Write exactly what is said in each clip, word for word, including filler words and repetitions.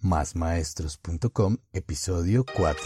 más maestros punto com, episodio cuatro.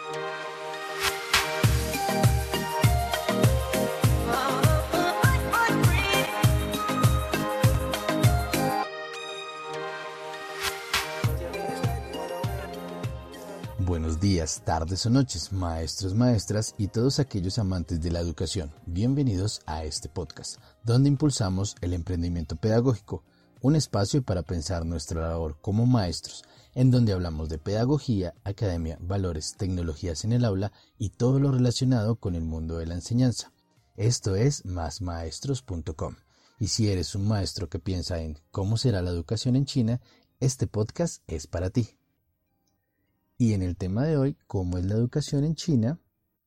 Buenos días, tardes o noches, maestros, maestras y todos aquellos amantes de la educación. Bienvenidos a este podcast, donde impulsamos el emprendimiento pedagógico, un espacio para pensar nuestra labor como maestros, en donde hablamos de pedagogía, academia, valores, tecnologías en el aula y todo lo relacionado con el mundo de la enseñanza. Esto es más maestros punto com. Y si eres un maestro que piensa en cómo será la educación en China, este podcast es para ti. Y en el tema de hoy, ¿cómo es la educación en China?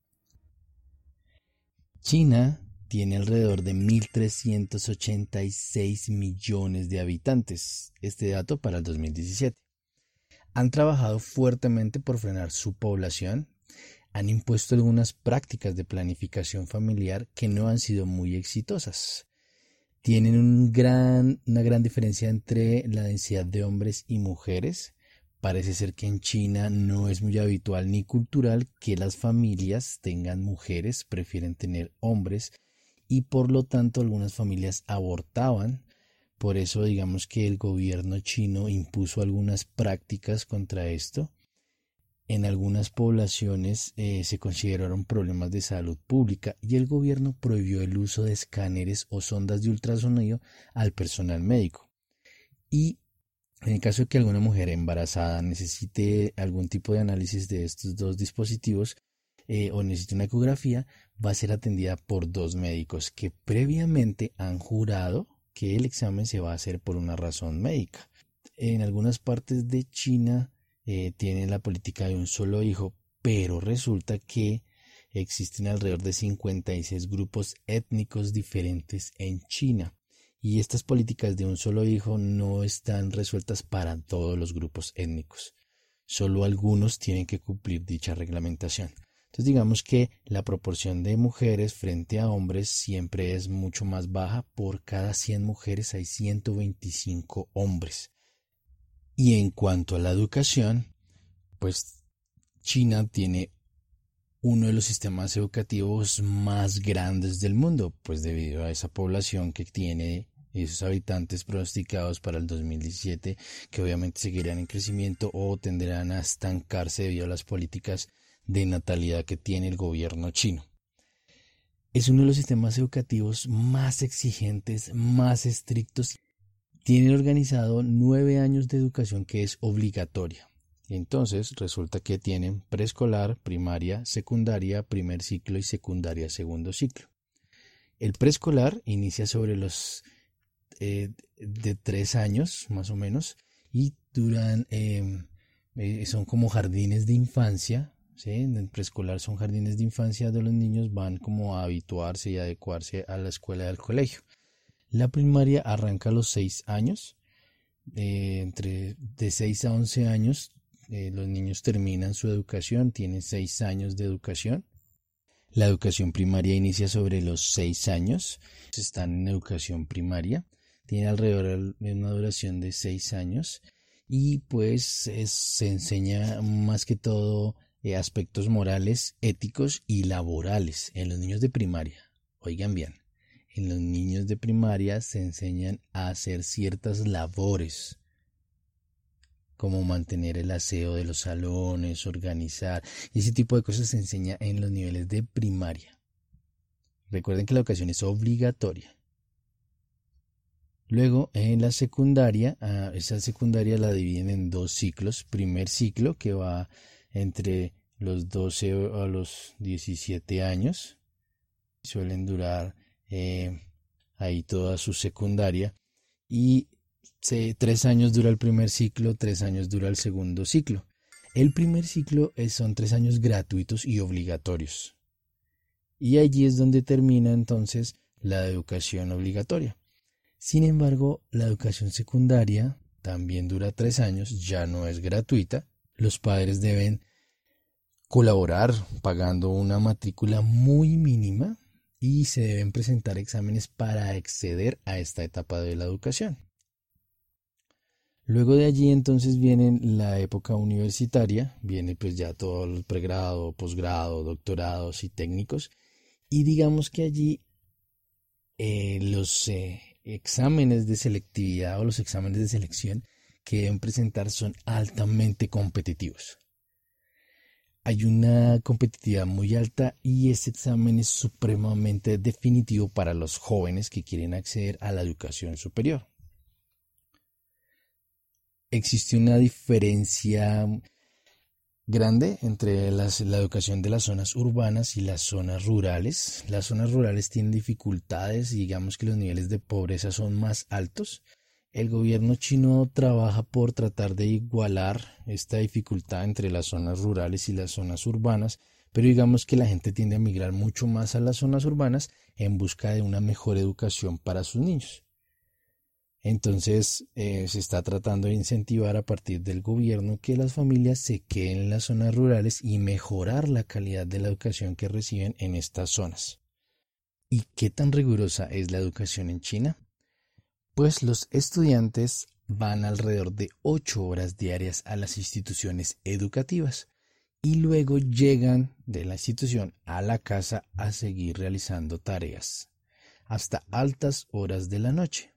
China tiene alrededor de mil trescientos ochenta y seis millones de habitantes, este dato para el dos mil diecisiete. Han trabajado fuertemente por frenar su población, han impuesto algunas prácticas de planificación familiar que no han sido muy exitosas. Tienen un gran, una gran diferencia entre la densidad de hombres y mujeres. Parece ser que en China no es muy habitual ni cultural que las familias tengan mujeres, prefieren tener hombres y por lo tanto algunas familias abortaban. Por eso digamos que el gobierno chino impuso algunas prácticas contra esto. En algunas poblaciones eh, se consideraron problemas de salud pública y el gobierno prohibió el uso de escáneres o sondas de ultrasonido al personal médico. Y en el caso de que alguna mujer embarazada necesite algún tipo de análisis de estos dos dispositivos eh, o necesite una ecografía, va a ser atendida por dos médicos que previamente han jurado que el examen se va a hacer por una razón médica. En algunas partes de China eh, tienen la política de un solo hijo, pero resulta que existen alrededor de cincuenta y seis grupos étnicos diferentes en China. Y estas políticas de un solo hijo no están resueltas para todos los grupos étnicos. Solo algunos tienen que cumplir dicha reglamentación. Entonces digamos que la proporción de mujeres frente a hombres siempre es mucho más baja. Por cada cien mujeres hay ciento veinticinco hombres. Y en cuanto a la educación, pues China tiene uno de los sistemas educativos más grandes del mundo, pues debido a esa población que tiene y esos habitantes pronosticados para el dos mil diecisiete, que obviamente seguirán en crecimiento o tenderán a estancarse debido a las políticas de natalidad que tiene el gobierno chino. Es uno de los sistemas educativos más exigentes, más estrictos. Tienen organizado nueve años de educación que es obligatoria. Entonces resulta que tienen preescolar, primaria, secundaria, primer ciclo y secundaria, segundo ciclo. El preescolar inicia sobre los eh, de tres años más o menos y duran, eh, eh, son como jardines de infancia, ¿sí? En el preescolar son jardines de infancia donde los niños van como a habituarse y adecuarse a la escuela y al colegio. La primaria arranca a los seis años, eh, entre de seis a once años. Eh, los niños terminan su educación, tienen seis años de educación. La educación primaria inicia sobre los seis años. Están en educación primaria. Tiene alrededor de una duración de seis años. Y pues es, se enseña más que todo eh, aspectos morales, éticos y laborales en los niños de primaria. Oigan bien, en los niños de primaria se enseñan a hacer ciertas labores, como mantener el aseo de los salones, organizar, y ese tipo de cosas se enseña en los niveles de primaria. Recuerden que la educación es obligatoria. Luego, en la secundaria, uh, esa secundaria la dividen en dos ciclos. Primer ciclo, que va entre los doce a los diecisiete años. Suelen durar eh, ahí toda su secundaria. Y Sí, tres años dura el primer ciclo, tres años dura el segundo ciclo. El primer ciclo es, son tres años gratuitos y obligatorios. Y allí es donde termina entonces la educación obligatoria. Sin embargo, la educación secundaria también dura tres años, ya no es gratuita. Los padres deben colaborar pagando una matrícula muy mínima y se deben presentar exámenes para acceder a esta etapa de la educación. Luego de allí entonces viene la época universitaria, viene pues ya todo el pregrado, posgrado, doctorados y técnicos, y digamos que allí eh, los eh, exámenes de selectividad o los exámenes de selección que deben presentar son altamente competitivos. Hay una competitividad muy alta y este examen es supremamente definitivo para los jóvenes que quieren acceder a la educación superior. Existe una diferencia grande entre las, la educación de las zonas urbanas y las zonas rurales. Las zonas rurales tienen dificultades y digamos que los niveles de pobreza son más altos. El gobierno chino trabaja por tratar de igualar esta dificultad entre las zonas rurales y las zonas urbanas, pero digamos que la gente tiende a migrar mucho más a las zonas urbanas en busca de una mejor educación para sus niños. Entonces eh, se está tratando de incentivar a partir del gobierno que las familias se queden en las zonas rurales y mejorar la calidad de la educación que reciben en estas zonas. ¿Y qué tan rigurosa es la educación en China? Pues los estudiantes van alrededor de ocho horas diarias a las instituciones educativas y luego llegan de la institución a la casa a seguir realizando tareas hasta altas horas de la noche.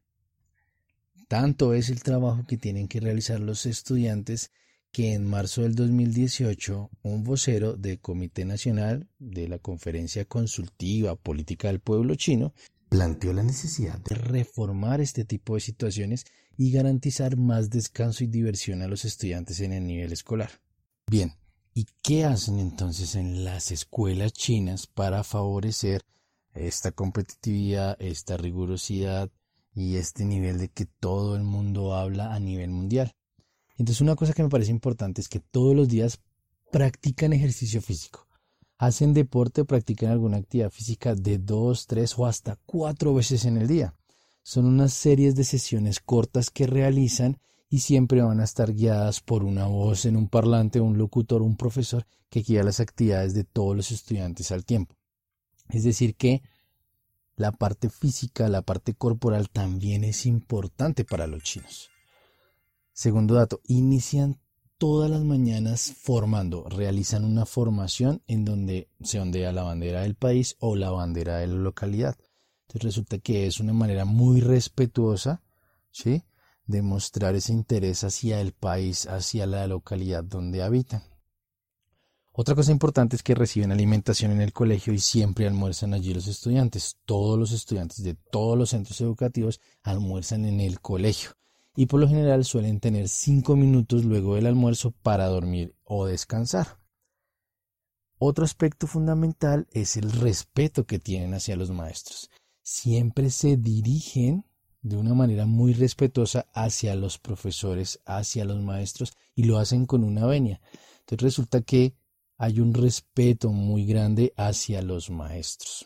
Tanto es el trabajo que tienen que realizar los estudiantes que en marzo del dos mil dieciocho un vocero del Comité Nacional de la Conferencia Consultiva Política del Pueblo Chino planteó la necesidad de reformar este tipo de situaciones y garantizar más descanso y diversión a los estudiantes en el nivel escolar. Bien, ¿y qué hacen entonces en las escuelas chinas para favorecer esta competitividad, esta rigurosidad y este nivel de que todo el mundo habla a nivel mundial? Entonces una cosa que me parece importante es que todos los días practican ejercicio físico. Hacen deporte o practican alguna actividad física de dos, tres o hasta cuatro veces en el día. Son unas series de sesiones cortas que realizan y siempre van a estar guiadas por una voz en un parlante, un locutor, un profesor que guía las actividades de todos los estudiantes al tiempo. Es decir que la parte física, la parte corporal también es importante para los chinos. Segundo dato, inician todas las mañanas formando, realizan una formación en donde se ondea la bandera del país o la bandera de la localidad. Entonces resulta que es una manera muy respetuosa, ¿sí?, de mostrar ese interés hacia el país, hacia la localidad donde habitan. Otra cosa importante es que reciben alimentación en el colegio y siempre almuerzan allí los estudiantes. Todos los estudiantes de todos los centros educativos almuerzan en el colegio. Y por lo general suelen tener cinco minutos luego del almuerzo para dormir o descansar. Otro aspecto fundamental es el respeto que tienen hacia los maestros. Siempre se dirigen de una manera muy respetuosa hacia los profesores, hacia los maestros, y lo hacen con una venia. Entonces resulta que hay un respeto muy grande hacia los maestros.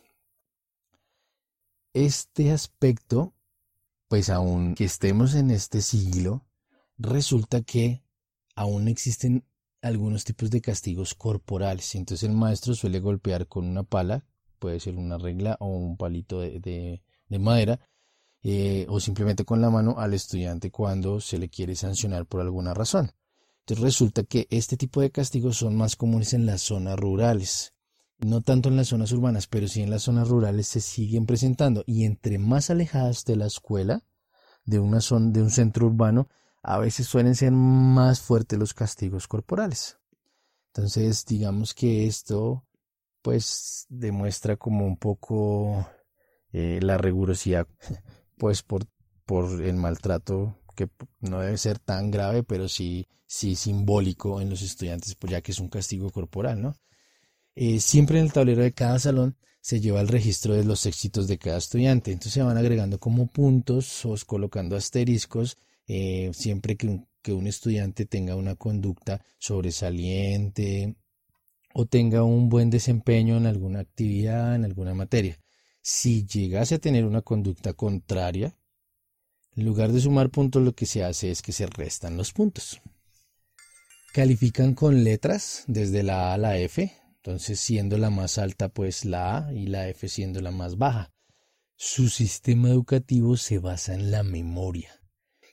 Este aspecto, pues aun que estemos en este siglo, resulta que aún existen algunos tipos de castigos corporales. Entonces el maestro suele golpear con una pala, puede ser una regla o un palito de, de, de madera, eh, o simplemente con la mano al estudiante cuando se le quiere sancionar por alguna razón. Entonces resulta que este tipo de castigos son más comunes en las zonas rurales. No tanto en las zonas urbanas, pero sí en las zonas rurales se siguen presentando. Y entre más alejadas de la escuela, de una zona, de un centro urbano, a veces suelen ser más fuertes los castigos corporales. Entonces, digamos que esto, pues, demuestra como un poco eh, la rigurosidad, pues, por, por el maltrato, que no debe ser tan grave, pero sí, sí simbólico en los estudiantes, pues ya que es un castigo corporal, ¿no? Eh, siempre en el tablero de cada salón se lleva el registro de los éxitos de cada estudiante. Entonces se van agregando como puntos o colocando asteriscos eh, siempre que un, que un estudiante tenga una conducta sobresaliente o tenga un buen desempeño en alguna actividad, en alguna materia. Si llegase a tener una conducta contraria, en lugar de sumar puntos, lo que se hace es que se restan los puntos. Califican con letras desde la A a la F. Entonces, siendo la más alta, pues la A, y la F siendo la más baja. Su sistema educativo se basa en la memoria.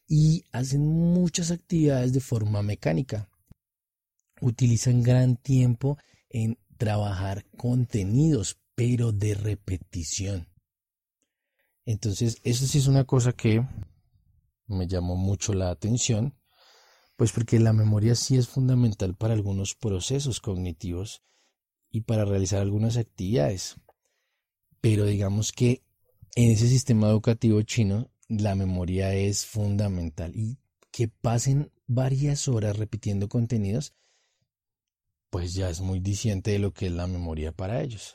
y hacen muchas actividades de forma mecánica. Utilizan gran tiempo en trabajar contenidos, pero de repetición. Entonces, eso sí es una cosa que me llamó mucho la atención, pues porque la memoria sí es fundamental para algunos procesos cognitivos y para realizar algunas actividades. Pero digamos que en ese sistema educativo chino, la memoria es fundamental. Y que pasen varias horas repitiendo contenidos, pues ya es muy diciente de lo que es la memoria para ellos.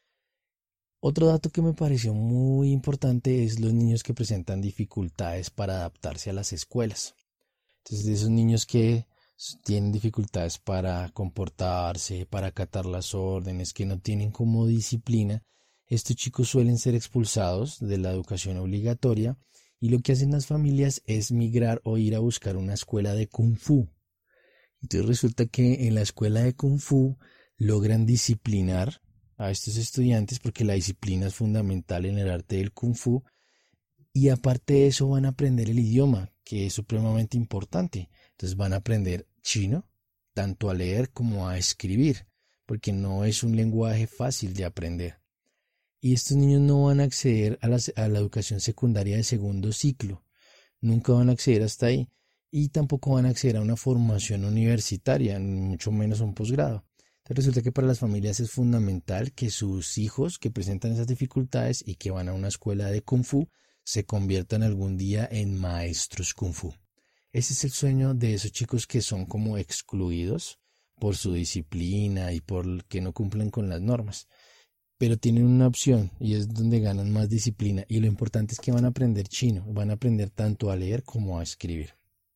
Otro dato que me pareció muy importante es los niños que presentan dificultades para adaptarse a las escuelas. Entonces, de esos niños que tienen dificultades para comportarse, para acatar las órdenes, que no tienen como disciplina, estos chicos suelen ser expulsados de la educación obligatoria y lo que hacen las familias es migrar o ir a buscar una escuela de Kung Fu. Entonces resulta que en la escuela de Kung Fu logran disciplinar a estos estudiantes porque la disciplina es fundamental en el arte del Kung Fu y aparte de eso van a aprender el idioma, que es supremamente importante. Entonces van a aprender chino, tanto a leer como a escribir, porque no es un lenguaje fácil de aprender. Y estos niños no van a acceder a la, a la educación secundaria de segundo ciclo, nunca van a acceder hasta ahí. Y tampoco van a acceder a una formación universitaria, mucho menos un posgrado. Entonces resulta que para las familias es fundamental que sus hijos que presentan esas dificultades y que van a una escuela de Kung Fu se conviertan algún día en maestros Kung Fu. Ese es el sueño de esos chicos que son como excluidos por su disciplina y por que no cumplen con las normas. Pero tienen una opción y es donde ganan más disciplina. Y lo importante es que van a aprender chino, van a aprender tanto a leer como a escribir.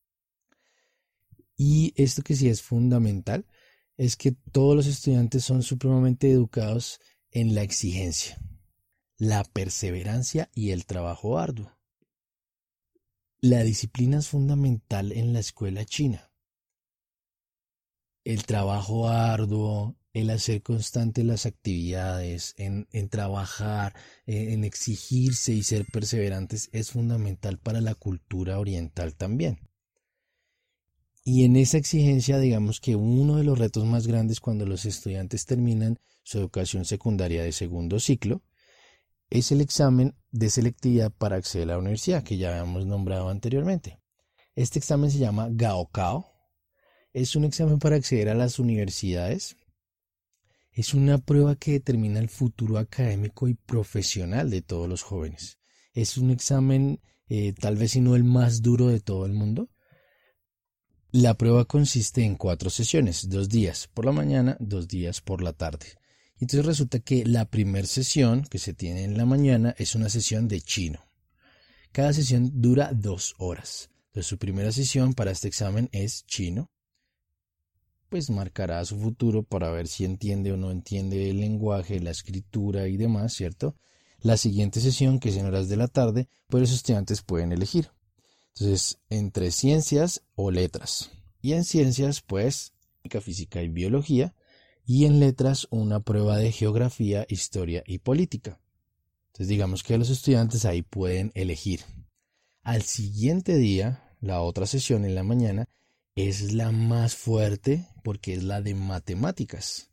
Y esto que sí es fundamental es que todos los estudiantes son supremamente educados en la exigencia, la perseverancia y el trabajo arduo. La disciplina es fundamental en la escuela china. El trabajo arduo, el hacer constantes las actividades, en, en trabajar, en, en exigirse y ser perseverantes es fundamental para la cultura oriental también. Y en esa exigencia, digamos que uno de los retos más grandes cuando los estudiantes terminan su educación secundaria de segundo ciclo es el examen de selectividad para acceder a la universidad, que ya habíamos nombrado anteriormente. Este examen se llama Gaokao. Es un examen para acceder a las universidades. Es una prueba que determina el futuro académico y profesional de todos los jóvenes. Es un examen, eh, tal vez si no el más duro de todo el mundo. La prueba consiste en cuatro sesiones, dos días por la mañana, dos días por la tarde. Entonces resulta que la primera sesión que se tiene en la mañana es una sesión de chino. Cada sesión dura dos horas. Entonces su primera sesión para este examen es chino. Pues marcará su futuro para ver si entiende o no entiende el lenguaje, la escritura y demás, ¿cierto? La siguiente sesión, que es en horas de la tarde, pues los estudiantes pueden elegir. Entonces, entre ciencias o letras. Y en ciencias, pues, física y biología. Y en letras, una prueba de geografía, historia y política. Entonces, digamos que los estudiantes ahí pueden elegir. Al siguiente día, la otra sesión en la mañana, es la más fuerte porque es la de matemáticas.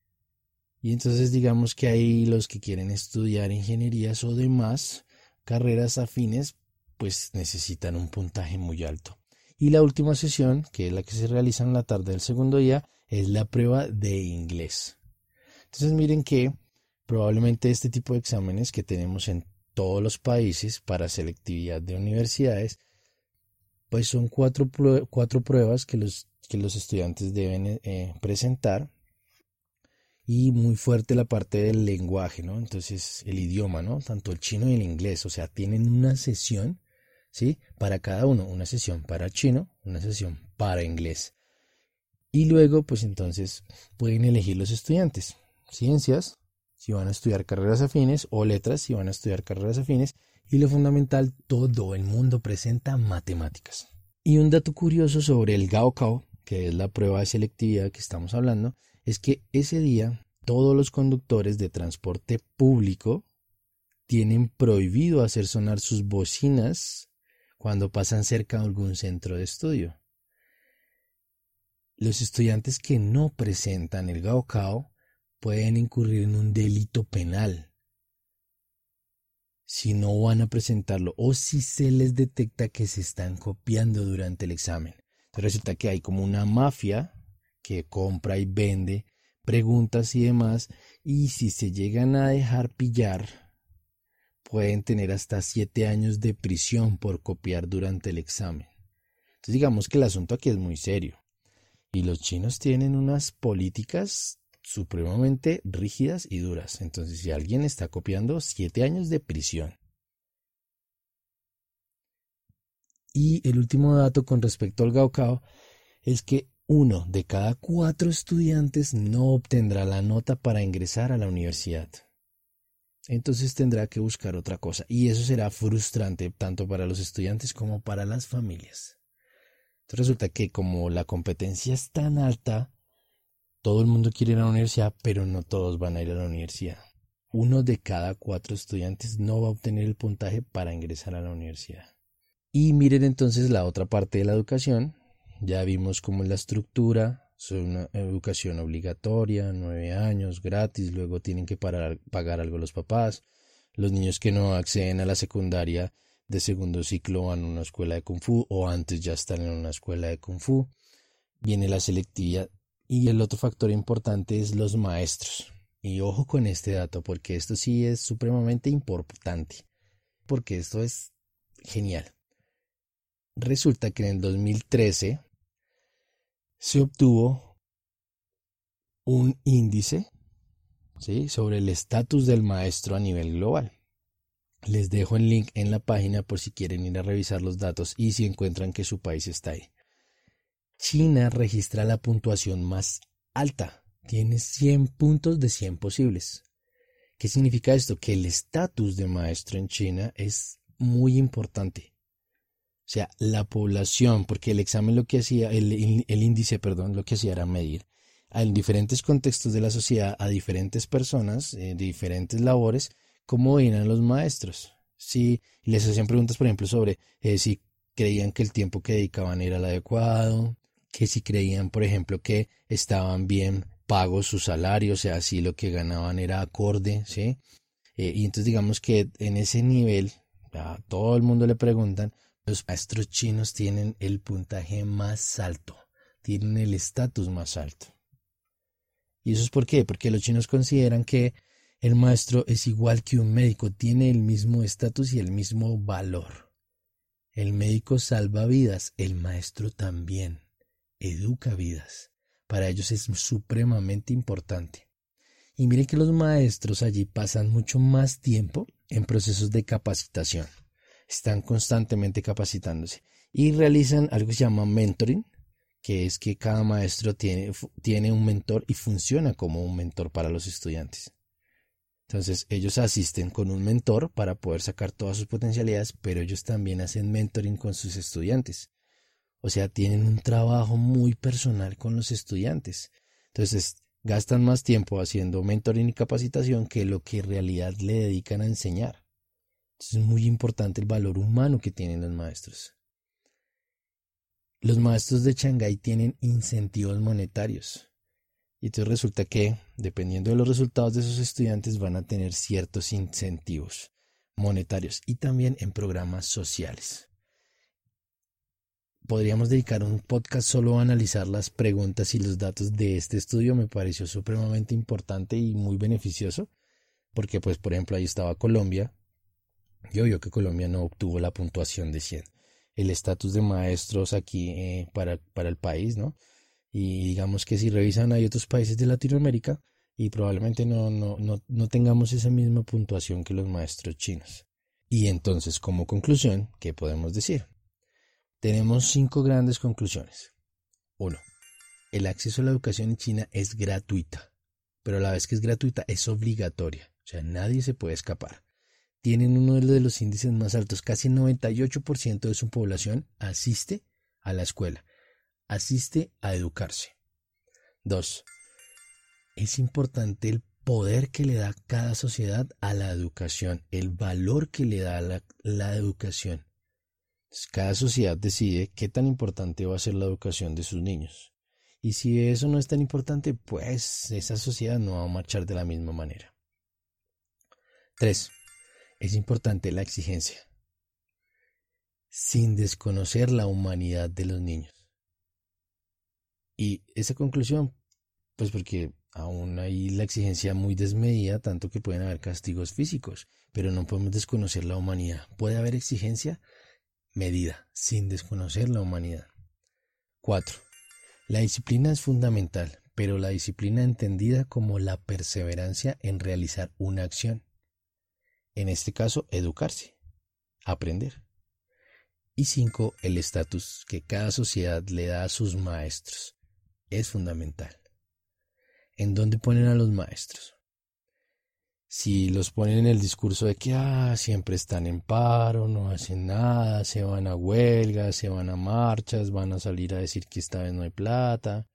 Y entonces, digamos que ahí los que quieren estudiar ingenierías o demás carreras afines, pues necesitan un puntaje muy alto. Y la última sesión, que es la que se realiza en la tarde del segundo día, es la prueba de inglés. Entonces miren que probablemente este tipo de exámenes que tenemos en todos los países para selectividad de universidades, pues son cuatro, cuatro pruebas que los, que los estudiantes deben eh, presentar. Y muy fuerte la parte del lenguaje, ¿no? Entonces el idioma, ¿no? Tanto el chino y el inglés, o sea, tienen una sesión, ¿sí? Para cada uno, una sesión para chino, una sesión para inglés. Y luego, pues entonces pueden elegir los estudiantes. Ciencias, si van a estudiar carreras afines, o letras, si van a estudiar carreras afines. Y lo fundamental, todo el mundo presenta matemáticas. Y un dato curioso sobre el Gaokao, que es la prueba de selectividad que estamos hablando, es que ese día todos los conductores de transporte público tienen prohibido hacer sonar sus bocinas cuando pasan cerca de algún centro de estudio. Los estudiantes que no presentan el Gaokao pueden incurrir en un delito penal si no van a presentarlo o si se les detecta que se están copiando durante el examen. Entonces resulta que hay como una mafia que compra y vende preguntas y demás, y si se llegan a dejar pillar, pueden tener hasta siete años de prisión por copiar durante el examen. Entonces digamos que el asunto aquí es muy serio. Y los chinos tienen unas políticas supremamente rígidas y duras. Entonces, si alguien está copiando, siete años de prisión. Y el último dato con respecto al Gaokao es que uno de cada cuatro estudiantes no obtendrá la nota para ingresar a la universidad. Entonces tendrá que buscar otra cosa. Y eso será frustrante tanto para los estudiantes como para las familias. Entonces resulta que como la competencia es tan alta, todo el mundo quiere ir a la universidad, pero no todos van a ir a la universidad. Uno de cada cuatro estudiantes no va a obtener el puntaje para ingresar a la universidad. Y miren entonces la otra parte de la educación. Ya vimos cómo es la estructura. Es una educación obligatoria, nueve años, gratis, luego tienen que parar, pagar algo los papás. Los niños que no acceden a la secundaria de segundo ciclo van a una escuela de Kung Fu o antes ya están en una escuela de Kung Fu. Viene la selectividad y el otro factor importante es los maestros. Y ojo con este dato porque esto sí es supremamente importante, porque esto es genial. Resulta que en el dos mil trece se obtuvo un índice, ¿sí?, sobre el estatus del maestro a nivel global. Les dejo el link en la página por si quieren ir a revisar los datos y si encuentran que su país está ahí. China registra la puntuación más alta, tiene cien puntos de cien posibles. ¿Qué significa esto? Que el estatus de maestro en China es muy importante. O sea, la población, porque el examen lo que hacía, el, el índice, perdón, lo que hacía era medir en diferentes contextos de la sociedad a diferentes personas, eh, de diferentes labores, cómo eran los maestros. Si les hacían preguntas, por ejemplo, sobre eh, si creían que el tiempo que dedicaban era el adecuado, que si creían, por ejemplo, que estaban bien pagos sus salarios, o sea, si lo que ganaban era acorde, ¿sí? Eh, y entonces digamos que en ese nivel, a todo el mundo le preguntan, los maestros chinos tienen el puntaje más alto, tienen el estatus más alto. ¿Y eso es por qué? Porque los chinos consideran que el maestro es igual que un médico, tiene el mismo estatus y el mismo valor. El médico salva vidas, el maestro también educa vidas. Para ellos es supremamente importante. Y miren que los maestros allí pasan mucho más tiempo en procesos de capacitación. Están constantemente capacitándose y realizan algo que se llama mentoring, que es que cada maestro tiene, tiene un mentor y funciona como un mentor para los estudiantes. Entonces ellos asisten con un mentor para poder sacar todas sus potencialidades, pero ellos también hacen mentoring con sus estudiantes. O sea, tienen un trabajo muy personal con los estudiantes. Entonces gastan más tiempo haciendo mentoring y capacitación que lo que en realidad le dedican a enseñar. Entonces es muy importante el valor humano que tienen los maestros. Los maestros de Shanghái tienen incentivos monetarios. Y entonces resulta que, dependiendo de los resultados de sus estudiantes, van a tener ciertos incentivos monetarios y también en programas sociales. Podríamos dedicar un podcast solo a analizar las preguntas y los datos de este estudio. Me pareció supremamente importante y muy beneficioso, porque pues por ejemplo ahí estaba Colombia. Yo veo que Colombia no obtuvo la puntuación de cien. El estatus de maestros aquí eh, para, para el país, ¿no? Y digamos que si revisan hay otros países de Latinoamérica y probablemente no, no, no, no tengamos esa misma puntuación que los maestros chinos. Y entonces, como conclusión, ¿qué podemos decir? Tenemos cinco grandes conclusiones. Uno, el acceso a la educación en China es gratuita, pero a la vez que es gratuita es obligatoria, o sea, nadie se puede escapar. Tienen uno de los índices más altos, casi el noventa y ocho por ciento de su población asiste a la escuela, asiste a educarse. Dos, es importante el poder que le da cada sociedad a la educación, el valor que le da la, la educación. Cada sociedad decide qué tan importante va a ser la educación de sus niños. Y si eso no es tan importante, pues esa sociedad no va a marchar de la misma manera. tres. Es importante la exigencia, sin desconocer la humanidad de los niños. Y esa conclusión, pues porque aún hay la exigencia muy desmedida, tanto que pueden haber castigos físicos, pero no podemos desconocer la humanidad. Puede haber exigencia medida, sin desconocer la humanidad. cuatro. La disciplina es fundamental, pero la disciplina entendida como la perseverancia en realizar una acción. En este caso, educarse, aprender. Y cinco. El estatus que cada sociedad le da a sus maestros es fundamental. ¿En dónde ponen a los maestros? Si los ponen en el discurso de que ah, siempre están en paro, no hacen nada, se van a huelgas, se van a marchas, van a salir a decir que esta vez no hay plata.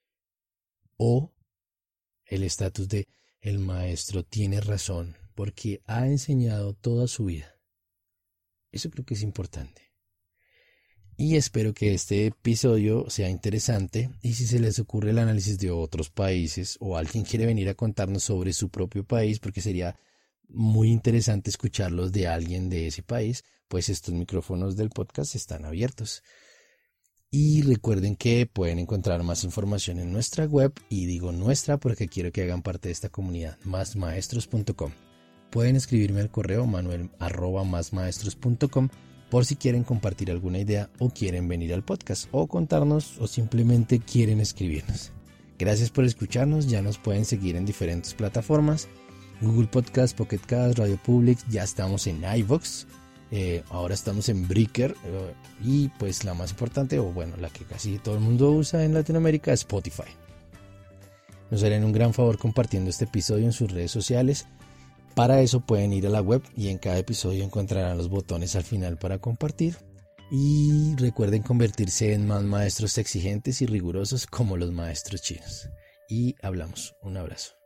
O el estatus de el maestro tiene razón porque ha enseñado toda su vida. Eso creo que es importante. Y espero que este episodio sea interesante y si se les ocurre el análisis de otros países o alguien quiere venir a contarnos sobre su propio país, porque sería muy interesante escucharlos de alguien de ese país, pues estos micrófonos del podcast están abiertos. Y recuerden que pueden encontrar más información en nuestra web, y digo nuestra porque quiero que hagan parte de esta comunidad, más maestros punto com. Pueden escribirme al correo manuel arroba más maestros punto com por si quieren compartir alguna idea o quieren venir al podcast o contarnos o simplemente quieren escribirnos. Gracias por escucharnos, ya nos pueden seguir en diferentes plataformas, Google Podcast, Pocket Cast, Radio Public, ya estamos en iVoox, eh, ahora estamos en Breaker eh, y pues la más importante, o bueno, la que casi todo el mundo usa en Latinoamérica, es Spotify. Nos harían un gran favor compartiendo este episodio en sus redes sociales. Para eso pueden ir a la web y en cada episodio encontrarán los botones al final para compartir. Y recuerden convertirse en más maestros exigentes y rigurosos como los maestros chinos. Y hablamos. Un abrazo.